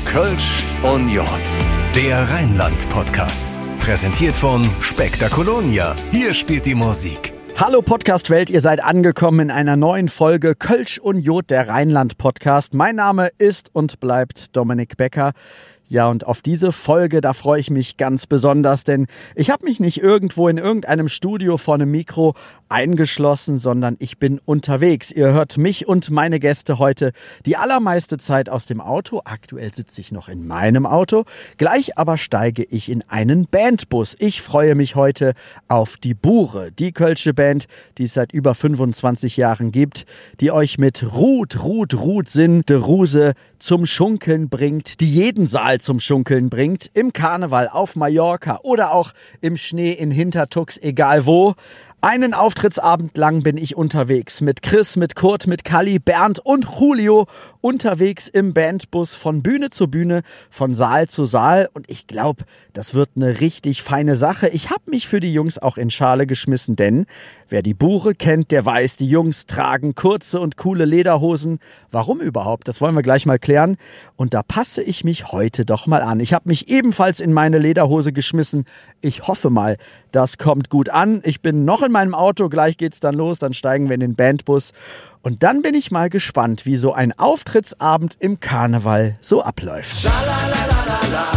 Kölsch und Jod, der Rheinland-Podcast. Präsentiert von Spektakolonia. Hier spielt die Musik. Hallo Podcast-Welt, ihr seid angekommen in einer neuen Folge Kölsch und Jod, der Rheinland-Podcast. Mein Name ist und bleibt Dominik Becker. Ja, und auf diese Folge, da freue ich mich ganz besonders, denn ich habe mich nicht irgendwo in irgendeinem Studio vor einem Mikro eingeschlossen, sondern ich bin unterwegs. Ihr hört mich und meine Gäste heute die allermeiste Zeit aus dem Auto. Aktuell sitze ich noch in meinem Auto. Gleich aber steige ich in einen Bandbus. Ich freue mich heute auf die Bure, die kölsche Band, die es seit über 25 Jahren gibt, die euch mit Rut Sinn de Ruse zum Schunkeln bringt, die jeden Saal zum Schunkeln bringt, im Karneval auf Mallorca oder auch im Schnee in Hintertux, egal wo. Einen Auftrittsabend lang bin ich unterwegs mit Chris, mit Kurt, mit Kalli, Bernd und Julio unterwegs im Bandbus von Bühne zu Bühne, von Saal zu Saal und ich glaube, das wird eine richtig feine Sache. Ich habe mich für die Jungs auch in Schale geschmissen, denn wer die Bure kennt, der weiß, die Jungs tragen kurze und coole Lederhosen. Warum überhaupt? Das wollen wir gleich mal klären und da passe ich mich heute doch mal an. Ich habe mich ebenfalls in meine Lederhose geschmissen. Ich hoffe mal, das kommt gut an. Ich bin noch in meinem Auto, gleich geht's dann los, dann steigen wir in den Bandbus. Und dann bin ich mal gespannt, wie so ein Auftrittsabend im Karneval so abläuft. Schalalalala,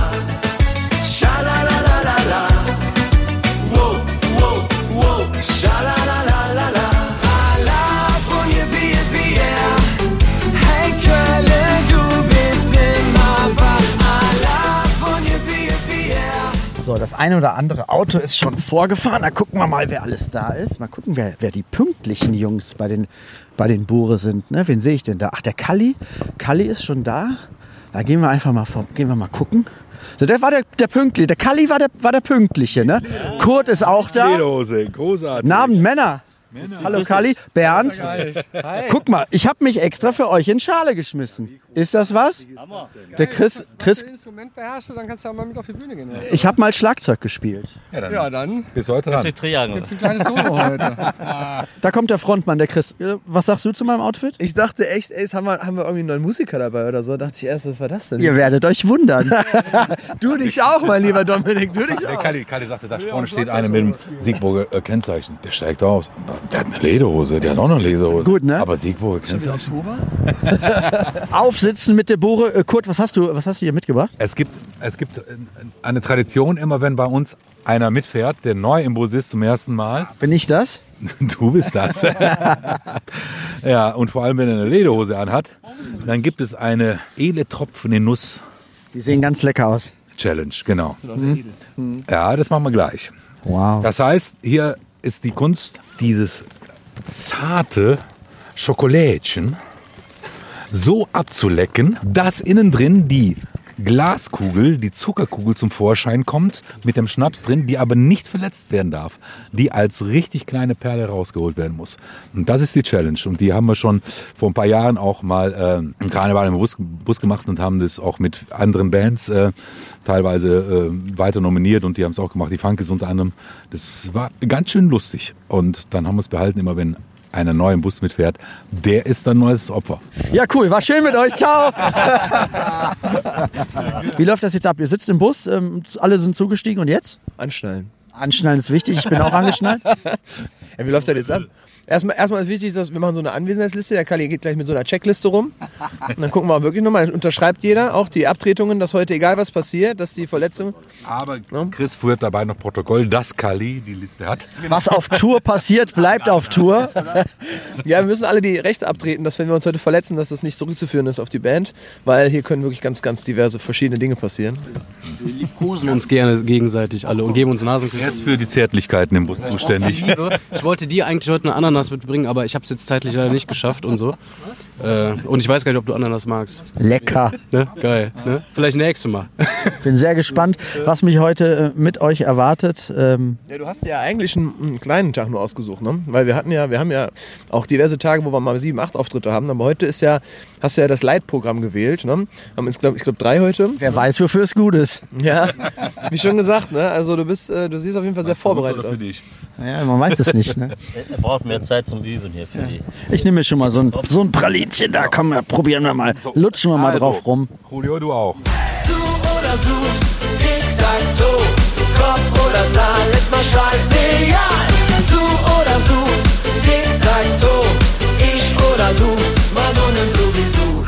schalalalala, wow, wow, wow, schalalalala, Allah von ihr Bier, hey Kölle, du bist immer wach, Allah von ihr Bier. So, das eine oder andere Auto ist schon vorgefahren. Da gucken wir mal, wer alles da ist. Mal gucken, wer die pünktlichen Jungs bei den Bure sind. Ne? Wen sehe ich denn da? Ach, der Kalli. Kalli ist schon da. Da gehen wir einfach mal gucken. So, der war der Pünktliche. Der Kalli war der Pünktliche. Ne? Ja. Kurt ist auch da. Lederhose, großartig. Guten Abend, Männer. Hallo Kalli, Bernd. Hi. Guck mal, ich habe mich extra für euch in Schale geschmissen. Ist das was? Der Chris, Wenn du das Instrument beherrschst, dann kannst du ja mal mit auf die Bühne gehen. ich habe mal Schlagzeug gespielt. Ja, dann Bis heute dran. gibt's ein kleines Solo heute. Da kommt der Frontmann, der Chris. Was sagst du zu meinem Outfit? Ich dachte echt, ey, haben wir irgendwie einen neuen Musiker dabei oder so. Dachte ich erst, was war das denn? Ihr werdet euch wundern. Du dich auch, mein lieber Dominik, du dich Der auch. Kalli sagte, da vorne steht einer mit dem Siegburger Kennzeichen. Der steigt aus. Der hat eine Lederhose, der hat auch noch eine Lederhose. Gut, ne? Aber Siegburger Kennzeichen. Aufsitzen mit der Bure. Kurt, was hast du hier mitgebracht? Es gibt eine Tradition, immer wenn bei uns einer mitfährt, der neu im Bus ist zum ersten Mal. Bin ich das? Du bist das. Ja, und vor allem, wenn er eine Lederhose anhat, dann gibt es eine Ele-Tropfen in Nuss Die sehen ganz lecker aus. Challenge, genau. Ja, das machen wir gleich. Wow. Das heißt, hier ist die Kunst, dieses zarte Schokolädchen so abzulecken, dass innen drin die Glaskugel, die Zuckerkugel zum Vorschein kommt, mit dem Schnaps drin, die aber nicht verletzt werden darf, die als richtig kleine Perle rausgeholt werden muss. Und das ist die Challenge. Und die haben wir schon vor ein paar Jahren auch mal im Karneval im Bus gemacht und haben das auch mit anderen Bands teilweise weiter nominiert und die haben es auch gemacht, die Funkys unter anderem. Das war ganz schön lustig. Und dann haben wir es behalten, immer wenn einer neu im Bus mitfährt, der ist dann neues Opfer. Ja, cool. War schön mit euch. Ciao. Wie läuft das jetzt ab? Ihr sitzt im Bus, alle sind zugestiegen und jetzt? Anschnallen. Anschnallen ist wichtig. Ich bin auch angeschnallt. Ja, wie läuft das jetzt ab? Erstmal ist wichtig, dass wir machen so eine Anwesenheitsliste. Der Kalli geht gleich mit so einer Checkliste rum. Und dann gucken wir wirklich nochmal. Dann unterschreibt jeder auch die Abtretungen, dass heute, egal was passiert, dass die Verletzung. Aber Chris führt dabei noch Protokoll, dass Kalli die Liste hat. Was auf Tour passiert, bleibt auf Tour. Ja, wir müssen alle die Rechte abtreten, dass wenn wir uns heute verletzen, dass das nicht zurückzuführen ist auf die Band. Weil hier können wirklich ganz, ganz diverse verschiedene Dinge passieren. Wir liebkosen uns gerne gegenseitig alle und geben uns Nasenküsse. Er ist für die Zärtlichkeiten im Bus zuständig. Ich wollte dir eigentlich heute eine Ananas mitbringen, aber ich habe es jetzt zeitlich leider nicht geschafft und so. Und ich weiß gar nicht, ob du Ananas magst. Lecker. Ne? Geil. Ne? Vielleicht nächstes Mal. Bin sehr gespannt, was mich heute mit euch erwartet. Ja, du hast ja eigentlich einen kleinen Tag nur ausgesucht, ne? Weil wir haben ja auch diverse Tage, wo wir mal 7, 8 Auftritte haben. Aber heute hast du ja das Leitprogramm gewählt, ne? Haben ich glaube 3 heute. Wer weiß, wofür es gut ist. Ja, wie schon gesagt, ne? Also du siehst auf jeden Fall sehr vorbereitet aus. Für dich. Ja, man weiß es nicht. Ne? Er braucht mehr Zeit zum Üben hier für die. Ich nehme mir schon mal so ein Pralin. Bändchen da, komm, probieren wir mal. Lutschen wir mal drauf rum. Julio, du auch. Su oder Su, Tic-Tac-Toe, Kopf oder Zahl, ist mal scheißegal. Su oder Su, Tic-Tac-Toe, ich oder du, Madonnen sowieso.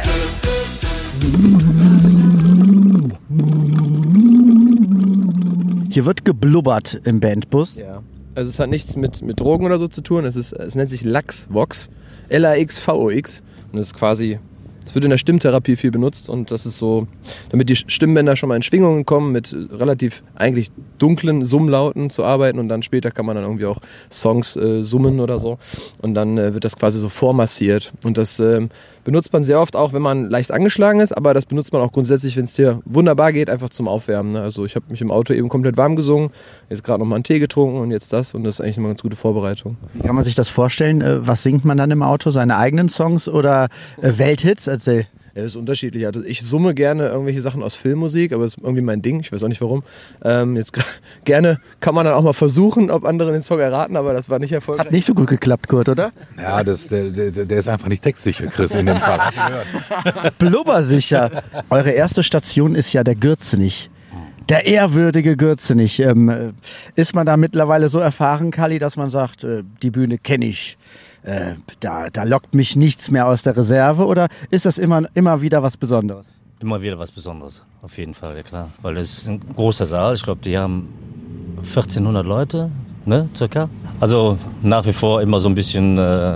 Hier wird geblubbert im Bandbus. Ja. Also es hat nichts mit Drogen oder so zu tun. Es nennt sich Laxvox. Laxvox. Und das ist quasi, es wird in der Stimmtherapie viel benutzt und das ist so, damit die Stimmbänder schon mal in Schwingungen kommen, mit relativ eigentlich dunklen Summlauten zu arbeiten und dann später kann man dann irgendwie auch Songs summen oder so und dann wird das quasi so vormassiert und das benutzt man sehr oft auch, wenn man leicht angeschlagen ist, aber das benutzt man auch grundsätzlich, wenn es dir wunderbar geht, einfach zum Aufwärmen. Ne? Also ich habe mich im Auto eben komplett warm gesungen, jetzt gerade nochmal einen Tee getrunken und jetzt das und das ist eigentlich eine ganz gute Vorbereitung. Wie kann man sich das vorstellen? Was singt man dann im Auto? Seine eigenen Songs oder Welthits? Erzähl. Ja, das ist unterschiedlich. Also ich summe gerne irgendwelche Sachen aus Filmmusik, aber das ist irgendwie mein Ding. Ich weiß auch nicht warum. Gerne kann man dann auch mal versuchen, ob andere den Song erraten, aber das war nicht erfolgreich. Hat nicht so gut geklappt, Kurt, oder? Ja, der ist einfach nicht textsicher, Chris, in dem Fall. Hast du gehört? Blubbersicher. Eure erste Station ist ja der Gürzenich. Der ehrwürdige Gürzenich. Ist man da mittlerweile so erfahren, Kalli, dass man sagt, die Bühne kenne ich? Da lockt mich nichts mehr aus der Reserve oder ist das immer wieder was Besonderes? Immer wieder was Besonderes, auf jeden Fall, ja klar. Weil es ist ein großer Saal, ich glaube, die haben 1400 Leute, ne, circa. Also nach wie vor immer so ein bisschen,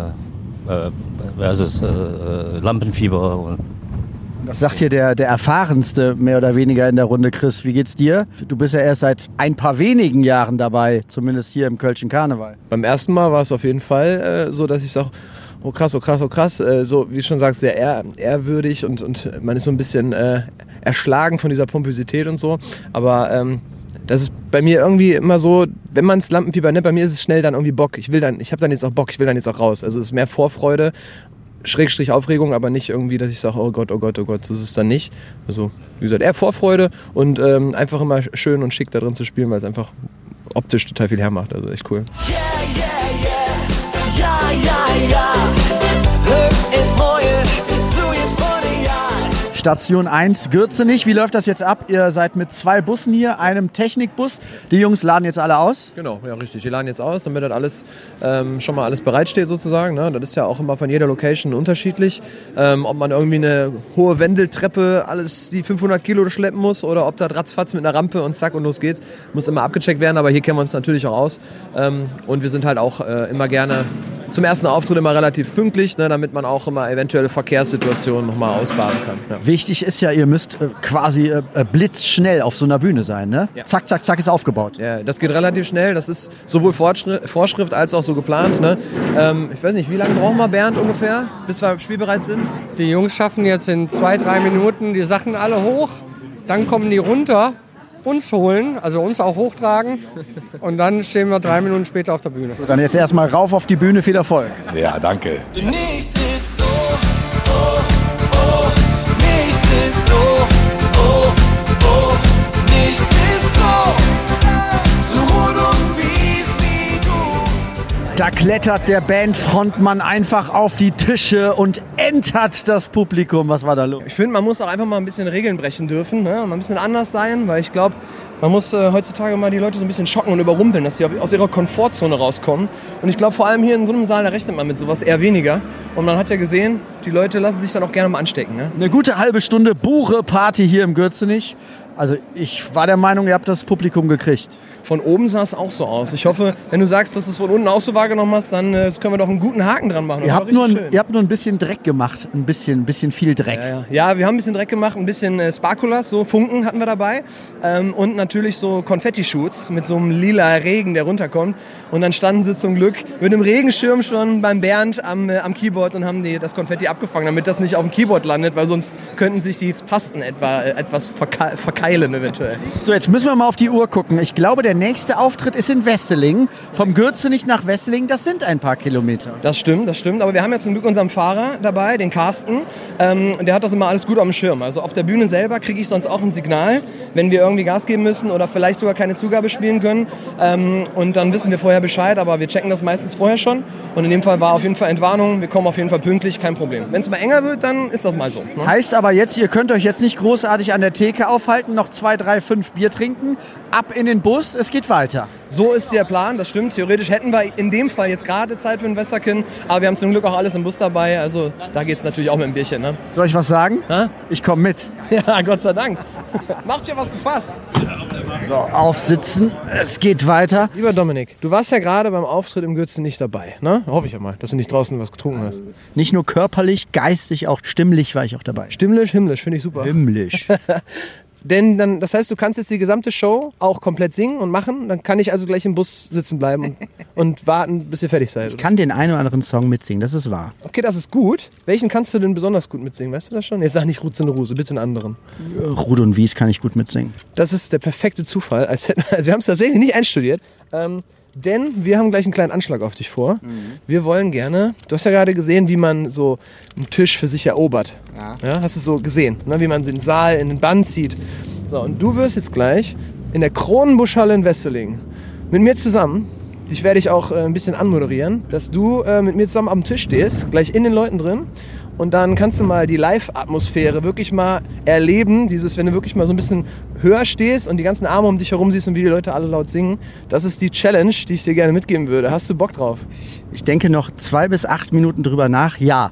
Lampenfieber. Und Das sagt hier der Erfahrenste mehr oder weniger in der Runde, Chris. Wie geht's dir? Du bist ja erst seit ein paar wenigen Jahren dabei, zumindest hier im Kölschen Karneval. Beim ersten Mal war es auf jeden Fall so, dass ich sage, oh krass, oh krass, oh krass. So, wie du schon sagst, sehr ehrwürdig und man ist so ein bisschen erschlagen von dieser Pompösität und so. Aber das ist bei mir irgendwie immer so, wenn man es Lampenfieber nennt, bei mir ist es schnell dann irgendwie Bock. Ich habe dann jetzt auch Bock, ich will dann jetzt auch raus. Also es ist mehr Vorfreude, Schrägstrich Aufregung, aber nicht irgendwie, dass ich sage, oh Gott, oh Gott, oh Gott, so ist es dann nicht. Also, wie gesagt, eher Vorfreude und einfach immer schön und schick da drin zu spielen, weil es einfach optisch total viel hermacht. Also echt cool. Yeah, yeah, yeah, ja, ja, ja, Glück ist neue, so jetzt vor den Jahren. Station 1, Gürzenich. Wie läuft das jetzt ab? Ihr seid mit 2 Bussen hier, einem Technikbus. Die Jungs laden jetzt alle aus? Genau, ja richtig. Die laden jetzt aus, damit das alles schon mal alles bereitsteht sozusagen. Ne? Das ist ja auch immer von jeder Location unterschiedlich. Ob man irgendwie eine hohe Wendeltreppe, alles die 500 Kilo schleppen muss oder ob das ratzfatz mit einer Rampe und zack und los geht's. Muss immer abgecheckt werden, aber hier kennen wir uns natürlich auch aus. Und wir sind halt auch immer gerne zum ersten Auftritt immer relativ pünktlich, ne, damit man auch immer eventuelle Verkehrssituationen nochmal ausbaden kann. Ja. Wichtig ist ja, ihr müsst quasi blitzschnell auf so einer Bühne sein, ne? Ja. Zack, zack, zack ist aufgebaut. Ja, das geht relativ schnell. Das ist sowohl Vorschrift als auch so geplant. Ne? Ich weiß nicht, wie lange brauchen wir, Bernd, ungefähr, bis wir spielbereit sind? Die Jungs schaffen jetzt in 2-3 Minuten die Sachen alle hoch. Dann kommen die runter, uns holen, also uns auch hochtragen. Und dann stehen wir 3 Minuten später auf der Bühne. Dann jetzt erstmal rauf auf die Bühne, viel Erfolg. Ja, danke. Nichts ist so, oh, oh, nichts ist so, oh, oh, nichts ist so rund und wie's wie du. Da klettert der Bandfrontmann einfach auf die Tische und entert das Publikum. Was war da los? Ich finde, man muss auch einfach mal ein bisschen Regeln brechen dürfen, ne? Mal ein bisschen anders sein, weil ich glaube, man muss heutzutage mal die Leute so ein bisschen schocken und überrumpeln, dass sie aus ihrer Komfortzone rauskommen. Und ich glaube, vor allem hier in so einem Saal, da rechnet man mit sowas eher weniger. Und man hat ja gesehen, die Leute lassen sich dann auch gerne mal anstecken. Ne? Eine gute halbe Stunde Buche-Party hier im Gürzenich. Also ich war der Meinung, ihr habt das Publikum gekriegt. Von oben sah es auch so aus. Ich hoffe, wenn du sagst, dass du es von unten auch so wahrgenommen hast, dann können wir doch einen guten Haken dran machen. Ihr habt nur ein bisschen Dreck gemacht. Ein bisschen viel Dreck. Ja, wir haben ein bisschen Dreck gemacht, ein bisschen Sparkulas, so Funken hatten wir dabei. Und natürlich so Konfetti-Shoots mit so einem lila Regen, der runterkommt. Und dann standen sie zum Glück mit einem Regenschirm schon beim Bernd am Keyboard und haben das Konfetti abgefangen, damit das nicht auf dem Keyboard landet, weil sonst könnten sich die Tasten etwas verkeilen. teilen eventuell. So, jetzt müssen wir mal auf die Uhr gucken. Ich glaube, der nächste Auftritt ist in Wesseling. Vom Gürzenich nach Wesseling, das sind ein paar Kilometer. Das stimmt. Aber wir haben jetzt zum Glück unseren Fahrer dabei, den Carsten. Der hat das immer alles gut auf dem Schirm. Also auf der Bühne selber kriege ich sonst auch ein Signal, wenn wir irgendwie Gas geben müssen oder vielleicht sogar keine Zugabe spielen können. Und dann wissen wir vorher Bescheid, aber wir checken das meistens vorher schon. Und in dem Fall war auf jeden Fall Entwarnung. Wir kommen auf jeden Fall pünktlich, kein Problem. Wenn es mal enger wird, dann ist das mal so. Ne? Heißt aber jetzt, ihr könnt euch jetzt nicht großartig an der Theke aufhalten, noch 2, 3, 5 Bier trinken, ab in den Bus, es geht weiter. So ist der Plan, das stimmt. Theoretisch hätten wir in dem Fall jetzt gerade Zeit für ein Wässerchen, aber wir haben zum Glück auch alles im Bus dabei. Also da geht es natürlich auch mit dem Bierchen. Ne? Soll ich was sagen? Ha? Ich komme mit. Ja, Gott sei Dank. Macht ja was gefasst. So, aufsitzen, es geht weiter. Lieber Dominik, du warst ja gerade beim Auftritt im Gürzen nicht dabei, ne? Hoffe ich ja mal, dass du nicht draußen was getrunken hast. Nicht nur körperlich, geistig, auch stimmlich war ich auch dabei. Stimmlich, himmlisch, finde ich super. Himmlisch. Denn dann, das heißt, du kannst jetzt die gesamte Show auch komplett singen und machen. Dann kann ich also gleich im Bus sitzen bleiben und warten, bis ihr fertig seid. Ich kann den einen oder anderen Song mitsingen, das ist wahr. Okay, das ist gut. Welchen kannst du denn besonders gut mitsingen? Weißt du das schon? Jetzt sag nicht Rutz in der Ruse, bitte einen anderen. Rud und Wies kann ich gut mitsingen. Das ist der perfekte Zufall. Wir haben es tatsächlich nicht einstudiert. Denn wir haben gleich einen kleinen Anschlag auf dich vor. Wir wollen gerne, du hast ja gerade gesehen, wie man so einen Tisch für sich erobert. Ja, hast du so gesehen, ne? Wie man den Saal in den Bann zieht. So, und du wirst jetzt gleich in der Kronenbuschhalle in Wesseling mit mir zusammen, dich werde ich auch ein bisschen anmoderieren, dass du mit mir zusammen am Tisch stehst, gleich in den Leuten drin. Und dann kannst du mal die Live-Atmosphäre wirklich mal erleben. Dieses, wenn du wirklich mal so ein bisschen höher stehst und die ganzen Arme um dich herum siehst und wie die Leute alle laut singen. Das ist die Challenge, die ich dir gerne mitgeben würde. Hast du Bock drauf? Ich denke noch 2 bis 8 Minuten drüber nach, ja.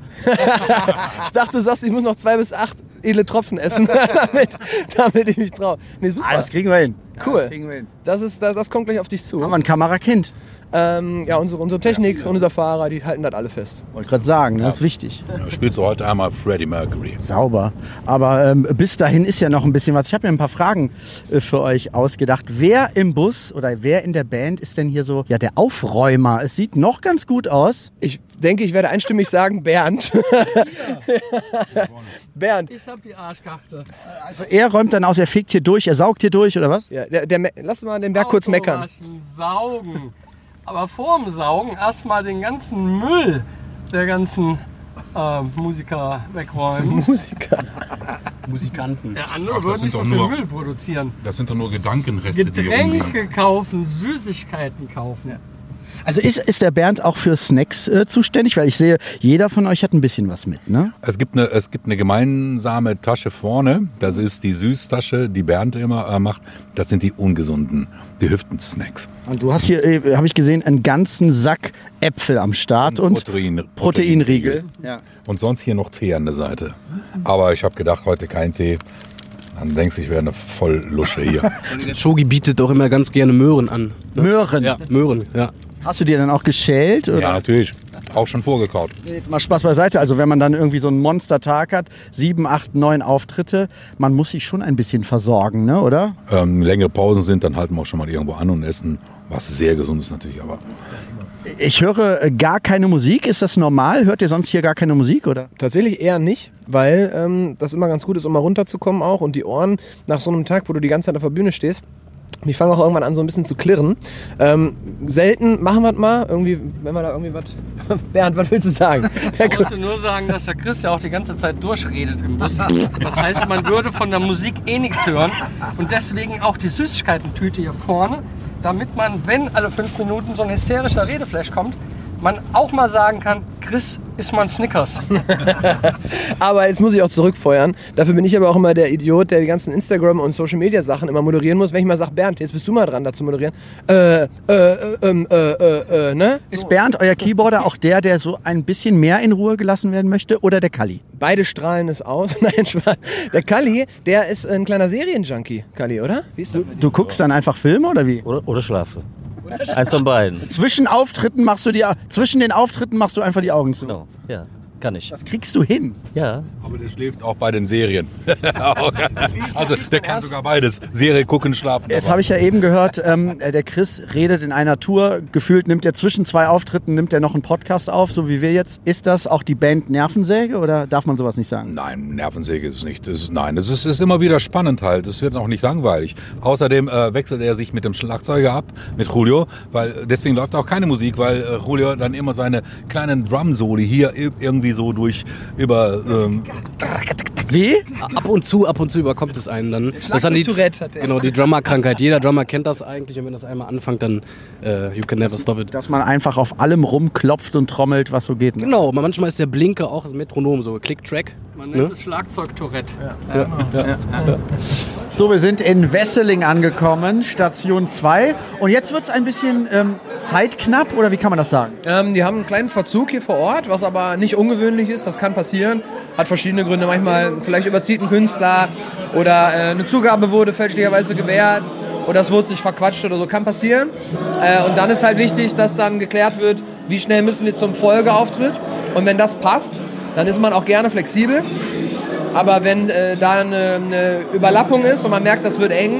Ich dachte, du sagst, ich muss noch 2 bis 8 edle Tropfen essen, damit ich mich traue. Nee, super. Das kriegen wir hin. Cool. Das kriegen wir hin. Das kommt gleich auf dich zu. Haben wir ein Kamerakind? Ja, unsere Technik und unser Fahrer, die halten das alle fest. Wollte gerade sagen, das ist wichtig. Ja, spielst du heute einmal Freddie Mercury? Sauber. Aber bis dahin ist ja noch ein bisschen was. Ich habe mir ein paar Fragen für euch ausgedacht. Wer im Bus oder wer in der Band ist denn hier so der Aufräumer? Es sieht noch ganz gut aus. Ich denke, ich werde einstimmig sagen Bernd. Bernd. Ich hab die Arschkarte. Also er räumt dann aus, er fegt hier durch, er saugt hier durch oder was? Ja, lass mal den Berg kurz meckern. Autowaschen, saugen. Aber vorm Saugen erstmal den ganzen Müll der ganzen Musiker wegräumen. Musikanten. Ja, andere Ach, das würden sind nicht so doch viel nur- Müll produzieren. Das sind doch nur Gedankenreste, die Getränke kaufen, Süßigkeiten kaufen. Ja. Also ist der Bernd auch für Snacks zuständig? Weil ich sehe, jeder von euch hat ein bisschen was mit, ne? Es gibt eine gemeinsame Tasche vorne. Das ist die Süßtasche, die Bernd immer macht. Das sind die ungesunden, die Hüftensnacks. Und du hast hier, habe ich gesehen, einen ganzen Sack Äpfel am Start und Proteinriegel. Ja. Und sonst hier noch Tee an der Seite. Aber ich habe gedacht, heute kein Tee. Dann denkst du, ich wäre eine Volllusche hier. Shogi bietet doch immer ganz gerne Möhren an. Ne? Möhren. Ja, Möhren, ja. Hast du dir dann auch geschält? Oder? Ja, natürlich. Auch schon vorgekaut. Jetzt mal Spaß beiseite. Also wenn man dann irgendwie so einen Monstertag hat, 7, 8, 9 Auftritte, man muss sich schon ein bisschen versorgen, ne, oder? Längere Pausen sind, dann halten wir auch schon mal irgendwo an und essen. Was sehr gesund ist natürlich, aber... Ich höre gar keine Musik. Ist das normal? Hört ihr sonst hier gar keine Musik, oder? Tatsächlich eher nicht, weil das immer ganz gut ist, um mal runterzukommen auch. Und die Ohren nach so einem Tag, wo du die ganze Zeit auf der Bühne stehst, die fangen auch irgendwann an, so ein bisschen zu klirren. Selten machen wir es mal, irgendwie, wenn wir da irgendwie was... Bernd, was willst du sagen? Ich wollte nur sagen, dass der Chris ja auch die ganze Zeit durchredet im Bus. Das heißt, man würde von der Musik eh nichts hören. Und deswegen auch die Süßigkeitentüte hier vorne, damit man, wenn alle 5 Minuten so ein hysterischer Redeflash kommt, man auch mal sagen kann, Chris, iss mal ein Snickers. Aber jetzt muss ich auch zurückfeuern. Dafür bin ich aber auch immer der Idiot, der die ganzen Instagram- und Social-Media-Sachen immer moderieren muss. Wenn ich mal sage, Bernd, jetzt bist du mal dran, da zu moderieren. Ne? Ist Bernd, euer Keyboarder, auch der so ein bisschen mehr in Ruhe gelassen werden möchte, oder der Kalli? Beide strahlen es aus. Nein, Spaß. Der Kalli, der ist ein kleiner Serienjunkie. Kalli, oder? Wie ist der? Du guckst dann einfach Filme, oder wie? Oder schlafe. Eins von beiden. Zwischen den Auftritten machst du einfach die Augen zu. Genau, ja, kann ich. Das kriegst du hin. Ja, Aber der schläft auch bei den Serien. Also der kann sogar beides. Serie gucken, schlafen. Das habe ich ja eben gehört, der Chris redet in einer Tour, gefühlt nimmt er zwischen 2 Auftritten, nimmt er noch einen Podcast auf, so wie wir jetzt. Ist das auch die Band Nervensäge oder darf man sowas nicht sagen? Nein, Nervensäge ist es nicht. Es ist immer wieder spannend halt. Es wird auch nicht langweilig. Außerdem wechselt er sich mit dem Schlagzeuger ab, mit Julio, weil deswegen läuft auch keine Musik, weil Julio dann immer seine kleinen Drum-Soli hier irgendwie so Wie? Ab und zu überkommt es einen dann. Das ist dann Tourette hat er. Genau, die Drummer-Krankheit. Jeder Drummer kennt das eigentlich und wenn das einmal anfängt, dann you can never stop it. Dass man einfach auf allem rumklopft und trommelt, was so geht. Ne? Genau, manchmal ist der Blinker auch das Metronom, so Click-Track. Man nennt es Schlagzeug-Tourette. So, wir sind in Wesseling angekommen, Station 2. Und jetzt wird es ein bisschen zeitknapp, oder wie kann man das sagen? Die haben einen kleinen Verzug hier vor Ort, was aber nicht ungewöhnlich ist, das kann passieren. Hat verschiedene Gründe, manchmal vielleicht überzieht ein Künstler oder eine Zugabe wurde fälschlicherweise gewährt oder es wurde sich verquatscht oder so, kann passieren. Und dann ist halt wichtig, dass dann geklärt wird, wie schnell müssen wir zum Folgeauftritt. Und wenn das passt, dann ist man auch gerne flexibel. Aber wenn da eine Überlappung ist und man merkt, das wird eng,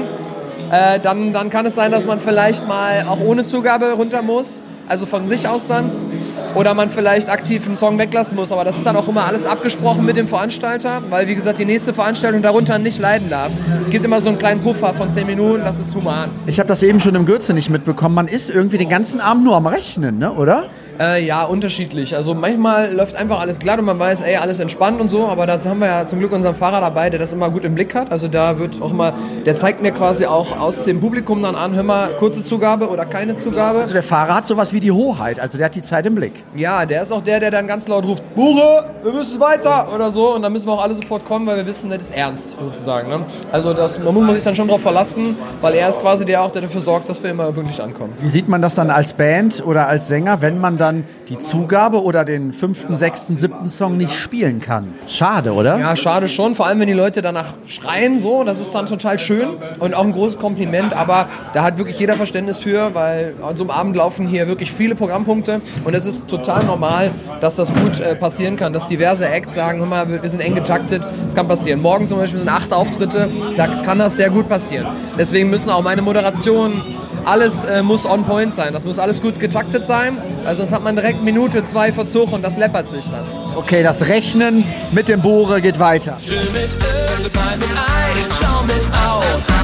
dann kann es sein, dass man vielleicht mal auch ohne Zugabe runter muss, also von sich aus dann, oder man vielleicht aktiv einen Song weglassen muss. Aber das ist dann auch immer alles abgesprochen mit dem Veranstalter, weil, wie gesagt, die nächste Veranstaltung darunter nicht leiden darf. Es gibt immer so einen kleinen Puffer von 10 Minuten, das ist human. Ich habe das eben schon im Gürze nicht mitbekommen. Man ist irgendwie den ganzen Abend nur am Rechnen, ne? Oder? Ja, unterschiedlich. Also manchmal läuft einfach alles glatt und man weiß, alles entspannt und so, aber das haben wir ja zum Glück unseren Fahrer dabei, der das immer gut im Blick hat. Also da wird auch immer, der zeigt mir quasi auch aus dem Publikum dann an, hör mal, kurze Zugabe oder keine Zugabe. Also der Fahrer hat sowas wie die Hoheit, also der hat die Zeit im Blick. Ja, der ist auch der dann ganz laut ruft, Bure, wir müssen weiter oder so, und dann müssen wir auch alle sofort kommen, weil wir wissen, das ist ernst sozusagen. Ne? Also da muss man sich dann schon drauf verlassen, weil er ist quasi der auch, der dafür sorgt, dass wir immer pünktlich ankommen. Wie sieht man das dann als Band oder als Sänger, wenn man dann die Zugabe oder den 5., 6., 7. Song nicht spielen kann? Schade, oder? Ja, schade schon, vor allem wenn die Leute danach schreien, so, das ist dann total schön und auch ein großes Kompliment, aber da hat wirklich jeder Verständnis für, weil an so einem Abend laufen hier wirklich viele Programmpunkte und es ist total normal, dass das gut passieren kann, dass diverse Acts sagen, hör mal, wir sind eng getaktet, das kann passieren. Morgen zum Beispiel sind 8 Auftritte, da kann das sehr gut passieren. Deswegen müssen auch meine Moderationen, alles muss on point sein, das muss alles gut getaktet sein, also sonst hat man direkt Minute, 2 Verzug und das läppert sich dann. Okay, das Rechnen mit dem Bohrer geht weiter. Schön mit Öl, bei mit Ei, schau mit Au.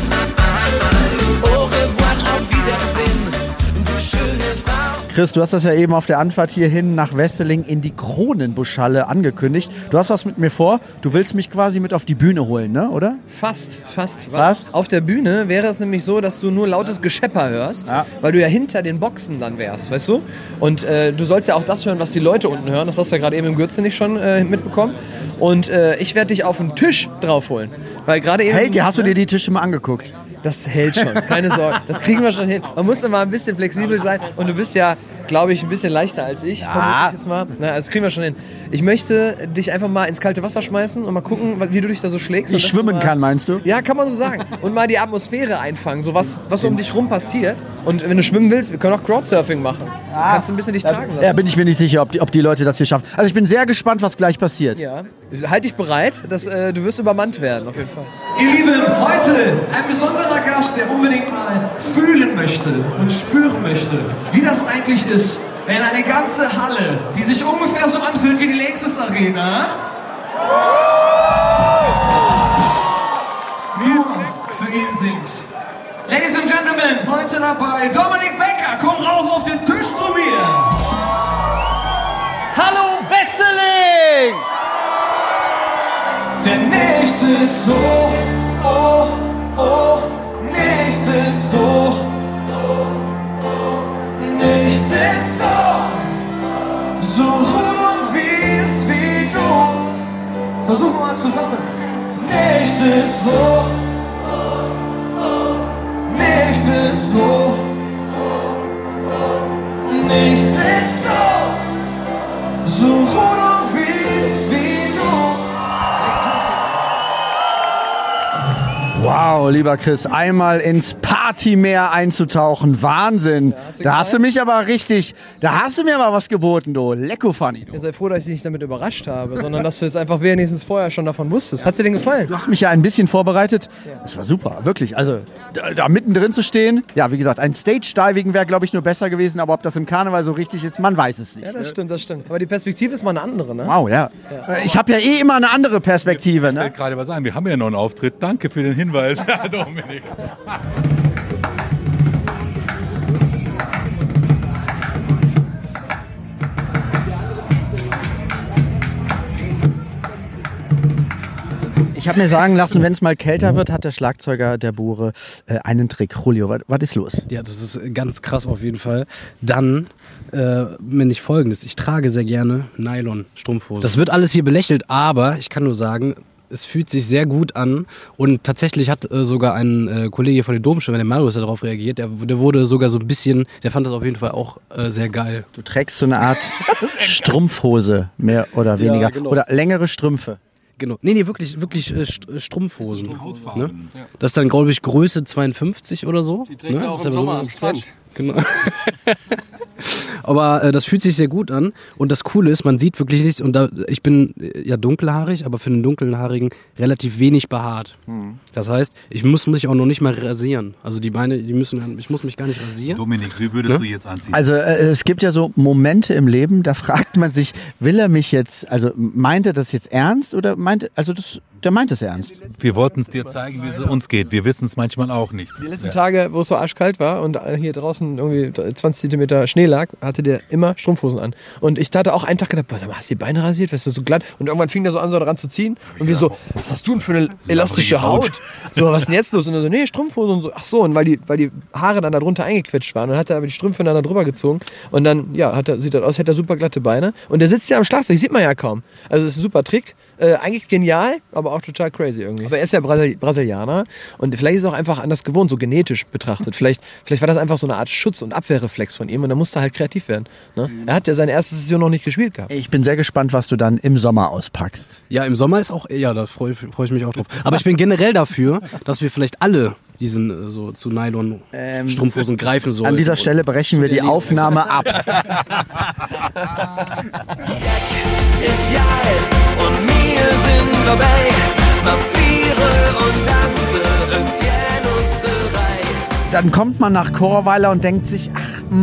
Au revoir, auf Wiedersehen, du schöne Frau. Chris, du hast das ja eben auf der Anfahrt hierhin nach Wesseling in die Kronenbuschhalle angekündigt. Du hast was mit mir vor, du willst mich quasi mit auf die Bühne holen, ne? Oder? Fast. Was? Auf der Bühne wäre es nämlich so, dass du nur lautes Geschepper hörst, Ja. weil du ja hinter den Boxen dann wärst, weißt du? Und du sollst ja auch das hören, was die Leute unten hören. Das hast du ja gerade eben im Gürze nicht schon mitbekommen. Und ich werde dich auf den Tisch draufholen. Weil gerade eben... Hält dir, hast du dir die Tische mal angeguckt? Das hält schon, keine Sorge. Das kriegen wir schon hin. Man muss immer ein bisschen flexibel sein. Und du bist ja, glaube ich, ein bisschen leichter als ich. Vermute ich jetzt mal. Na, das kriegen wir schon hin. Ich möchte dich einfach mal ins kalte Wasser schmeißen und mal gucken, wie du dich da so schlägst. Ich schwimmen kann, meinst du? Ja, kann man so sagen. Und mal die Atmosphäre einfangen, so was so um dich rum passiert. Und wenn du schwimmen willst, wir können auch Crowdsurfing machen. Kannst du ein bisschen dich tragen lassen. Ja, bin ich mir nicht sicher, ob die Leute das hier schaffen. Also ich bin sehr gespannt, was gleich passiert. Ja, halt dich bereit, du wirst übermannt werden, auf jeden Fall. Ihr Lieben, heute ein besonderer Gast, der unbedingt mal fühlen möchte und spüren möchte, wie das eigentlich ist, wenn eine ganze Halle, die sich ungefähr so anfühlt wie die Lexus Arena, nur für ihn singt. Ladies and Gentlemen, heute dabei Dominik Becker, komm rauf auf den Tisch zu mir. Hallo Wesseling! Denn nichts ist so, oh, oh, nichts ist so, nichts ist so rund und wies wie du. Versuchen wir mal zusammen. Nichts ist so, nichts ist so, nichts ist so rund und wies wie du. Wow, lieber Chris, einmal ins Park Partymeer einzutauchen. Wahnsinn. Da hast du mir aber was geboten, du. Lecko funny, du. Sei froh, dass ich dich nicht damit überrascht habe, sondern dass du jetzt einfach wenigstens vorher schon davon wusstest. Hat's dir denn gefallen? Du hast mich ja ein bisschen vorbereitet. Das war super, wirklich. Also da mittendrin zu stehen, ja, wie gesagt, ein Stage-Diving wäre, glaube ich, nur besser gewesen, aber ob das im Karneval so richtig ist, man weiß es nicht. Ja, das stimmt. Aber die Perspektive ist mal eine andere, ne? Wow, ja. Ich habe ja immer eine andere Perspektive, Ich ne? wollte gerade was sagen, wir haben ja noch einen Auftritt. Danke für den Hinweis, Herr Dominik. Ich habe mir sagen lassen, wenn es mal kälter wird, hat der Schlagzeuger der Bure einen Trick. Julio, was ist los? Ja, das ist ganz krass auf jeden Fall. Dann bin ich Folgendes. Ich trage sehr gerne Nylon-Strumpfhosen. Das wird alles hier belächelt, aber ich kann nur sagen, es fühlt sich sehr gut an und tatsächlich hat sogar ein Kollege von den Domstimmen, der Marius, darauf reagiert, der wurde sogar so ein bisschen, der fand das auf jeden Fall auch sehr geil. Du trägst so eine Art Strumpfhose, mehr oder weniger. Ja, genau. Oder längere Strümpfe. Genau. Nee, wirklich Strumpfhosen. Ne? Das ist dann, glaube ich, Größe 52 oder so. Die trägt er auch Das im ist aber Sommer. so ein Sweat. Genau. Aber das fühlt sich sehr gut an und das Coole ist, man sieht wirklich nichts und ich bin ja dunkelhaarig, aber für einen dunkelhaarigen relativ wenig behaart. Das heißt, ich muss mich auch noch nicht mal rasieren. Also die Beine, ich muss mich gar nicht rasieren. Dominik, wie würdest du jetzt anziehen? Also es gibt ja so Momente im Leben, da fragt man sich, will er mich jetzt, also meint er das jetzt ernst oder der meint es ernst? Wir wollten es dir zeigen, wie es uns geht. Wir wissen es manchmal auch nicht. Die letzten Tage, wo es so arschkalt war und hier draußen irgendwie 20 Zentimeter Schnee lag, hatte der immer Strumpfhosen an. Und ich hatte auch einen Tag gedacht, boah, sag mal, hast du die Beine rasiert? Weißt du, so glatt? Und irgendwann fing der so an, so daran zu ziehen. Und wir so, was hast du denn für eine elastische Haut? So, was ist denn jetzt los? Und er so, nee, Strumpfhosen und so. Ach so, und weil die Haare dann da drunter eingequetscht waren. Und dann hat er aber die Strümpfe dann da drüber gezogen. Und dann, ja, sieht das aus, hätte er super glatte Beine. Und der sitzt ja am Schlagzeug, sieht man ja kaum. Also das ist ein super Trick. Eigentlich genial, aber auch total crazy irgendwie. Aber er ist ja Brasilianer und vielleicht ist er auch einfach anders gewohnt, so genetisch betrachtet. Vielleicht war das einfach so eine Art Schutz- und Abwehrreflex von ihm und da musste er halt kreativ werden. Ne? Er hat ja seine erste Session noch nicht gespielt gehabt. Ich bin sehr gespannt, was du dann im Sommer auspackst. Ja, im Sommer ist auch, ja, da freue ich mich auch drauf. Aber ich bin generell dafür, dass wir vielleicht alle diesen so zu Nylon-Strumpfhosen greifen sollen. An dieser Stelle brechen wir die Aufnahme ab. Ist geil und wir sind dabei. Nach Viere und Ganze ins Jenusterei. Dann kommt man nach Chorweiler und denkt sich,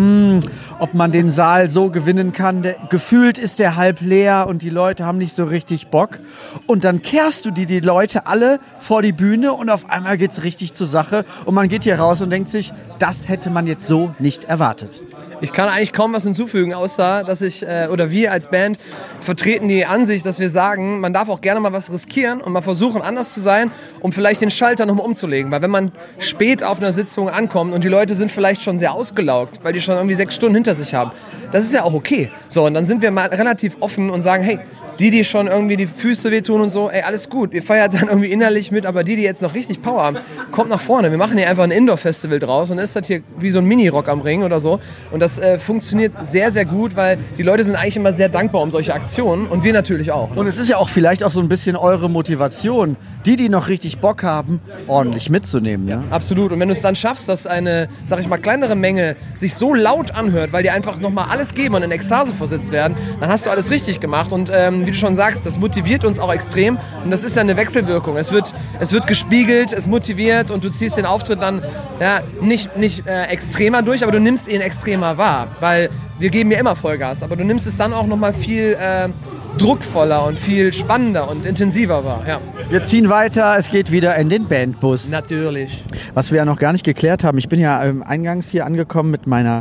ob man den Saal so gewinnen kann. Gefühlt ist der halb leer und die Leute haben nicht so richtig Bock. Und dann kehrst du die Leute alle vor die Bühne und auf einmal geht's richtig zur Sache. Und man geht hier raus und denkt sich, das hätte man jetzt so nicht erwartet. Ich kann eigentlich kaum was hinzufügen, außer dass wir als Band vertreten die Ansicht, dass wir sagen, man darf auch gerne mal was riskieren und mal versuchen, anders zu sein, um vielleicht den Schalter nochmal umzulegen. Weil wenn man spät auf einer Sitzung ankommt und die Leute sind vielleicht schon sehr ausgelaugt, weil die schon irgendwie 6 Stunden hinter sich haben, das ist ja auch okay. So, und dann sind wir mal relativ offen und sagen, hey, die schon irgendwie die Füße wehtun und so, ey, alles gut. Ihr feiert dann irgendwie innerlich mit, aber die jetzt noch richtig Power haben, kommt nach vorne. Wir machen hier einfach ein Indoor-Festival draus und dann ist das hier wie so ein Mini-Rock am Ring oder so. Und das funktioniert sehr, sehr gut, weil die Leute sind eigentlich immer sehr dankbar um solche Aktionen und wir natürlich auch. Ne? Und es ist ja auch vielleicht auch so ein bisschen eure Motivation, die noch richtig Bock haben, ordentlich mitzunehmen. Ja? Absolut. Und wenn du es dann schaffst, dass eine, sag ich mal, kleinere Menge sich so laut anhört, weil die einfach nochmal alles geben und in Ekstase versetzt werden, dann hast du alles richtig gemacht. Und wie du schon sagst, das motiviert uns auch extrem. Und das ist ja eine Wechselwirkung. Es wird gespiegelt, es motiviert und du ziehst den Auftritt dann ja, nicht extremer durch, aber du nimmst ihn extremer wahr. Weil wir geben ja immer Vollgas, aber du nimmst es dann auch nochmal viel druckvoller und viel spannender und intensiver wahr. Ja. Wir ziehen weiter, es geht wieder in den Bandbus. Natürlich. Was wir ja noch gar nicht geklärt haben, ich bin ja eingangs hier angekommen mit meiner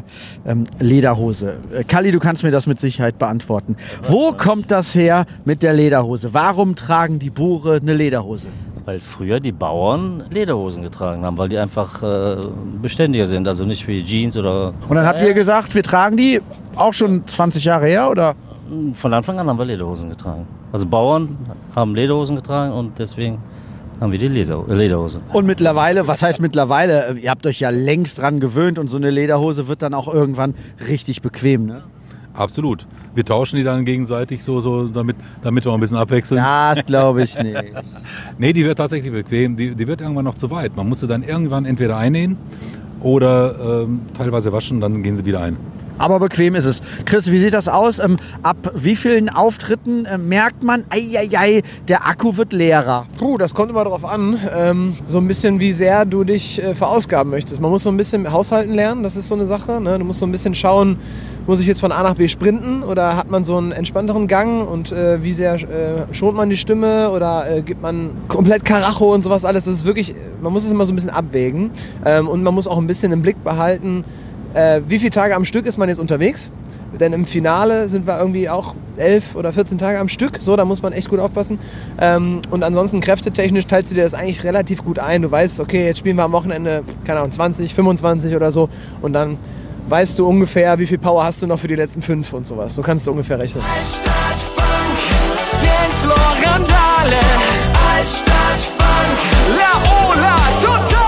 Lederhose. Kalli, du kannst mir das mit Sicherheit beantworten. Wo kommt das her mit der Lederhose? Warum tragen die Bure eine Lederhose? Weil früher die Bauern Lederhosen getragen haben, weil die einfach beständiger sind, also nicht wie Jeans oder... Und dann habt ihr gesagt, wir tragen die auch schon 20 Jahre her, oder? Von Anfang an haben wir Lederhosen getragen. Also Bauern haben Lederhosen getragen und deswegen haben wir die Lederhose. Und mittlerweile, was heißt mittlerweile? Ihr habt euch ja längst dran gewöhnt und so eine Lederhose wird dann auch irgendwann richtig bequem, ne? Absolut. Wir tauschen die dann gegenseitig so damit wir ein bisschen abwechseln. Das glaube ich nicht. Nee, die wird tatsächlich bequem. Die wird irgendwann noch zu weit. Man muss sie dann irgendwann entweder einnähen oder teilweise waschen, dann gehen sie wieder ein. Aber bequem ist es. Chris, wie sieht das aus? Ab wie vielen Auftritten merkt man, der Akku wird leerer? Das kommt immer darauf an, so ein bisschen wie sehr du dich verausgaben möchtest. Man muss so ein bisschen haushalten lernen, das ist so eine Sache. Ne? Du musst so ein bisschen schauen, muss ich jetzt von A nach B sprinten oder hat man so einen entspannteren Gang und wie sehr schont man die Stimme oder gibt man komplett Karacho und sowas alles. Das ist wirklich, man muss es immer so ein bisschen abwägen und man muss auch ein bisschen im Blick behalten, wie viele Tage am Stück ist man jetzt unterwegs? Denn im Finale sind wir irgendwie auch 11 oder 14 Tage am Stück. So, da muss man echt gut aufpassen. Und ansonsten kräftetechnisch teilst du dir das eigentlich relativ gut ein. Du weißt, okay, jetzt spielen wir am Wochenende, keine Ahnung, 20, 25 oder so. Und dann weißt du ungefähr, wie viel Power hast du noch für die letzten 5 und sowas. So kannst du ungefähr rechnen. Altstadtfunk, Dancefloor Randale. Altstadtfunk, Laola Totale.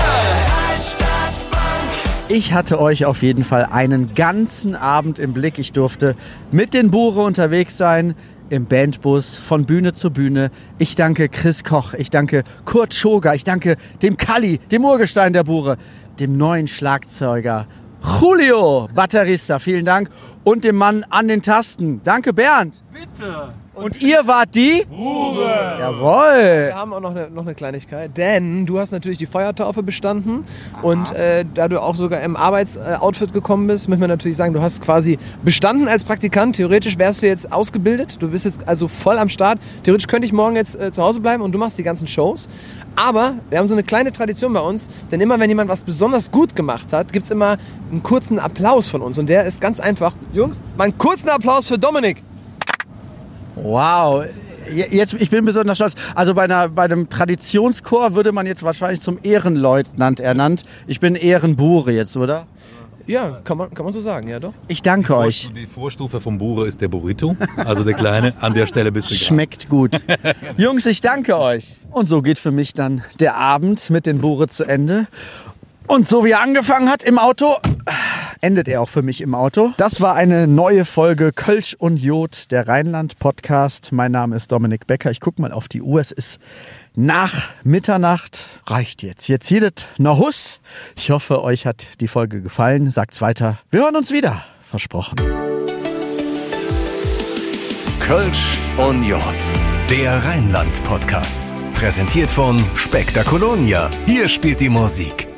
Ich hatte euch auf jeden Fall einen ganzen Abend im Blick. Ich durfte mit den Bure unterwegs sein, im Bandbus, von Bühne zu Bühne. Ich danke Chris Koch, ich danke Kurt Schoger, ich danke dem Kalli, dem Urgestein der Bure, dem neuen Schlagzeuger Julio, Batterista, vielen Dank. Und dem Mann an den Tasten. Danke, Bernd. Bitte. Und ihr wart die? Bure. Jawohl. Wir haben auch noch eine Kleinigkeit, denn du hast natürlich die Feuertaufe bestanden. Aha. Und da du auch sogar im Arbeitsoutfit gekommen bist, müssen wir natürlich sagen, du hast quasi bestanden als Praktikant. Theoretisch wärst du jetzt ausgebildet. Du bist jetzt also voll am Start. Theoretisch könnte ich morgen jetzt zu Hause bleiben und du machst die ganzen Shows. Aber wir haben so eine kleine Tradition bei uns, denn immer wenn jemand was besonders gut gemacht hat, gibt es immer einen kurzen Applaus von uns. Und der ist ganz einfach. Jungs, mal einen kurzen Applaus für Dominik. Wow, jetzt, ich bin besonders stolz. Also bei einem Traditionschor würde man jetzt wahrscheinlich zum Ehrenleutnant ernannt. Ich bin Ehrenbure jetzt, oder? Ja, kann man so sagen, ja doch. Ich danke euch. Die Vorstufe vom Bure ist der Burrito, also der kleine. An der Stelle bist du gerade. Schmeckt gut. Jungs, ich danke euch. Und so geht für mich dann der Abend mit den Bure zu Ende. Und so wie er angefangen hat im Auto, endet er auch für mich im Auto. Das war eine neue Folge Kölsch und Jod, der Rheinland-Podcast. Mein Name ist Dominik Becker. Ich gucke mal auf die Uhr. Es ist nach Mitternacht. Reicht jetzt. Jetzt hiedet noch Huss. Ich hoffe, euch hat die Folge gefallen. Sagt's weiter. Wir hören uns wieder. Versprochen. Kölsch und Jod, der Rheinland-Podcast. Präsentiert von Spektakolonia. Hier spielt die Musik